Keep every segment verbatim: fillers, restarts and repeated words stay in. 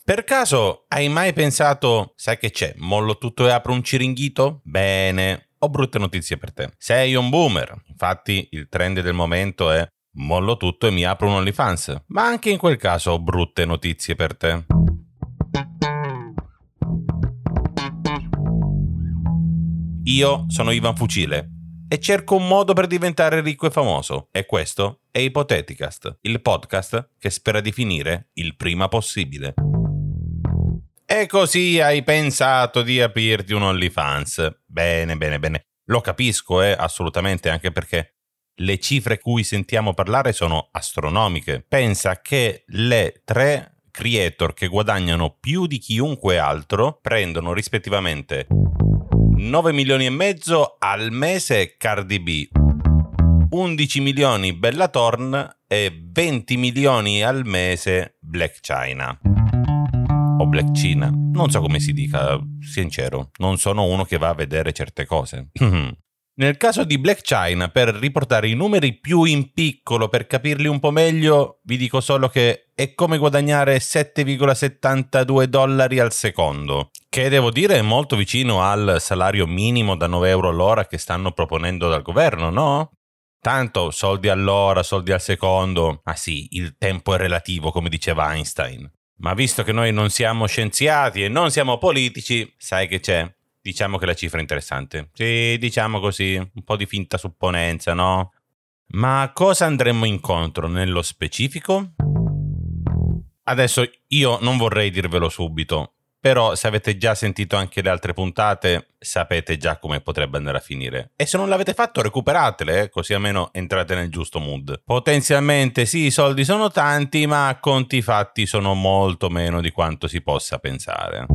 Per caso hai mai pensato, sai che c'è, mollo tutto e apro un ciringhito? Bene, ho brutte notizie per te. Sei un boomer, infatti il trend del momento è mollo tutto e mi apro un OnlyFans, ma anche in quel caso ho brutte notizie per te. Io sono Ivan Fucile e cerco un modo per diventare ricco e famoso, e questo è Ipoteticast, il podcast che spera di finire il prima possibile. E così hai pensato di aprirti un OnlyFans. Bene, bene, bene. Lo capisco, eh, assolutamente, anche perché le cifre cui sentiamo parlare sono astronomiche. Pensa che le tre creator che guadagnano più di chiunque altro prendono rispettivamente nove milioni e mezzo al mese Cardi B, undici milioni Bella Thorne e venti milioni al mese Black China. O Black China, non so come si dica, sincero, non sono uno che va a vedere certe cose. Nel caso di Black China, per riportare i numeri più in piccolo, per capirli un po' meglio, vi dico solo che è come guadagnare sette virgola settantadue dollari al secondo, che devo dire è molto vicino al salario minimo da nove euro all'ora che stanno proponendo dal governo, no? Tanto soldi all'ora, soldi al secondo, ah sì, il tempo è relativo, come diceva Einstein. Ma visto che noi non siamo scienziati e non siamo politici, sai che c'è? Diciamo che la cifra è interessante. Sì, diciamo così, un po' di finta supponenza, no? Ma a cosa andremmo incontro nello specifico? Adesso io non vorrei dirvelo subito, però se avete già sentito anche le altre puntate, sapete già come potrebbe andare a finire. E se non l'avete fatto, recuperatele, eh, così almeno entrate nel giusto mood. Potenzialmente sì, i soldi sono tanti, ma a conti fatti sono molto meno di quanto si possa pensare.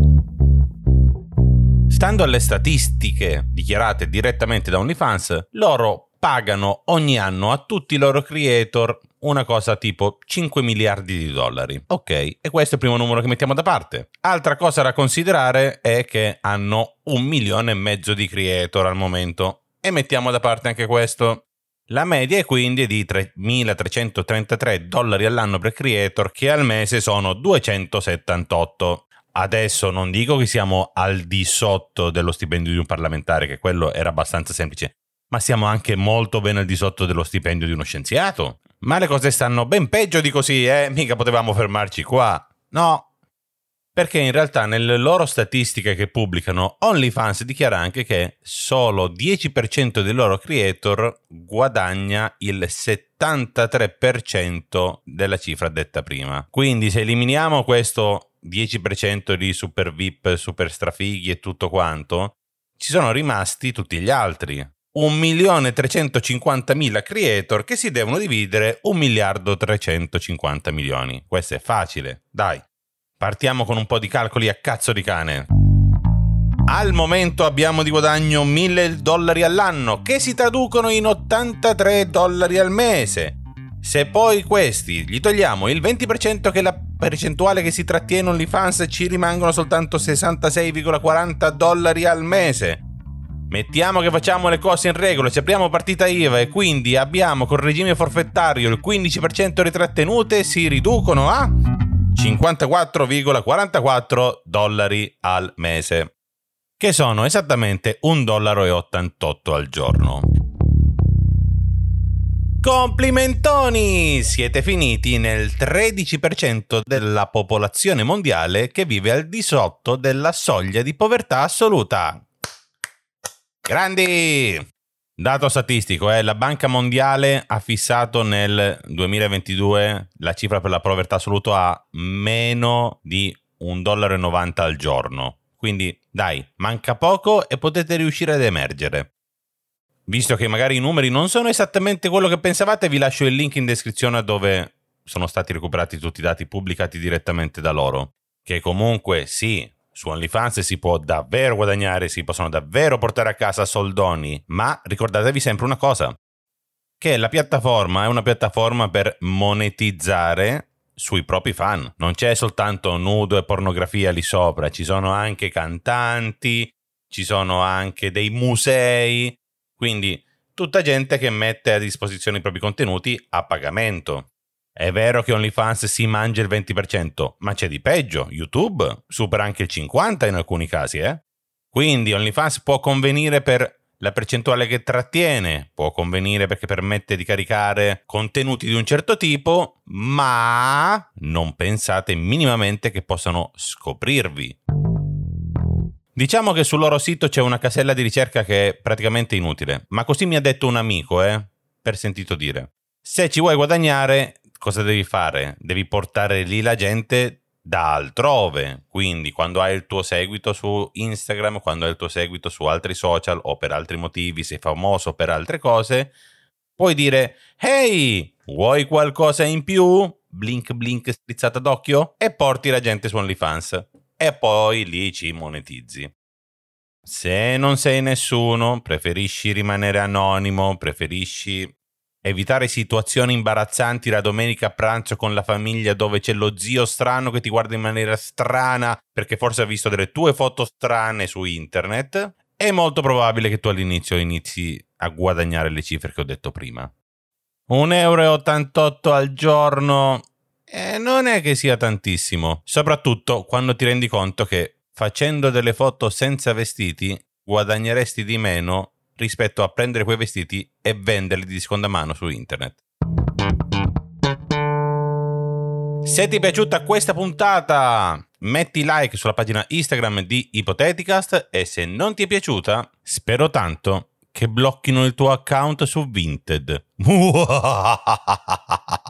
Stando alle statistiche dichiarate direttamente da OnlyFans, loro pagano ogni anno a tutti i loro creator una cosa tipo cinque miliardi di dollari. Ok, e questo è il primo numero che mettiamo da parte. Altra cosa da considerare è che hanno un milione e mezzo di creator al momento. E mettiamo da parte anche questo. La media è quindi di tremilatrecentotrentatré dollari all'anno per creator, che al mese sono duecentosettantotto. Adesso non dico che siamo al di sotto dello stipendio di un parlamentare, che quello era abbastanza semplice, ma siamo anche molto ben al di sotto dello stipendio di uno scienziato. Ma le cose stanno ben peggio di così, eh? Mica potevamo fermarci qua. No, perché in realtà nelle loro statistiche che pubblicano, OnlyFans dichiara anche che solo dieci per cento dei loro creator guadagna il settantatré per cento della cifra detta prima. Quindi se eliminiamo questo dieci per cento di super V I P, super strafighi e tutto quanto, ci sono rimasti tutti gli altri. un milione trecentocinquantamila creator che si devono dividere un miliardo trecentocinquanta milioni. Questo è facile, dai. Partiamo con un po' di calcoli a cazzo di cane. Al momento abbiamo di guadagno mille dollari all'anno, che si traducono in ottantatré dollari al mese. Se poi questi gli togliamo il venti per cento che è la percentuale che si trattiene OnlyFans, ci rimangono soltanto sessantasei virgola quaranta dollari al mese. Mettiamo che facciamo le cose in regola, ci apriamo partita I V A e quindi abbiamo col regime forfettario il quindici per cento di trattenute, si riducono a cinquantaquattro virgola quarantaquattro dollari al mese, che sono esattamente un dollaro e ottantotto al giorno. Complimentoni! Siete finiti nel tredici per cento della popolazione mondiale che vive al di sotto della soglia di povertà assoluta. Grandi! Dato statistico, eh, la Banca Mondiale ha fissato nel duemilaventidue la cifra per la povertà assoluta a meno di un dollaro e novanta al giorno. Quindi, dai, manca poco e potete riuscire ad emergere. Visto che magari i numeri non sono esattamente quello che pensavate, vi lascio il link in descrizione dove sono stati recuperati tutti i dati pubblicati direttamente da loro. Che comunque, sì, su OnlyFans si può davvero guadagnare, si possono davvero portare a casa soldoni, ma ricordatevi sempre una cosa, che la piattaforma è una piattaforma per monetizzare sui propri fan. Non c'è soltanto nudo e pornografia lì sopra, ci sono anche cantanti, ci sono anche dei musei, quindi tutta gente che mette a disposizione i propri contenuti a pagamento. È vero che OnlyFans si mangia il venti per cento, ma c'è di peggio. YouTube supera anche il cinquanta per cento in alcuni casi, eh? Quindi OnlyFans può convenire per la percentuale che trattiene, può convenire perché permette di caricare contenuti di un certo tipo, ma non pensate minimamente che possano scoprirvi. Diciamo che sul loro sito c'è una casella di ricerca che è praticamente inutile, ma così mi ha detto un amico, eh, per sentito dire. Se ci vuoi guadagnare, cosa devi fare? Devi portare lì la gente da altrove, quindi quando hai il tuo seguito su Instagram, quando hai il tuo seguito su altri social o per altri motivi, sei famoso per altre cose, puoi dire «Ehi, vuoi qualcosa in più?» Blink blink strizzata d'occhio e porti la gente su OnlyFans e poi lì ci monetizzi. Se non sei nessuno, preferisci rimanere anonimo, preferisci evitare situazioni imbarazzanti la domenica a pranzo con la famiglia dove c'è lo zio strano che ti guarda in maniera strana perché forse ha visto delle tue foto strane su internet, è molto probabile che tu all'inizio inizi a guadagnare le cifre che ho detto prima. un euro e ottantotto al giorno eh, non è che sia tantissimo, soprattutto quando ti rendi conto che facendo delle foto senza vestiti guadagneresti di meno rispetto a prendere quei vestiti e venderli di seconda mano su internet. Se ti è piaciuta questa puntata, metti like sulla pagina Instagram di Ipoteticast e se non ti è piaciuta, spero tanto che blocchino il tuo account su Vinted.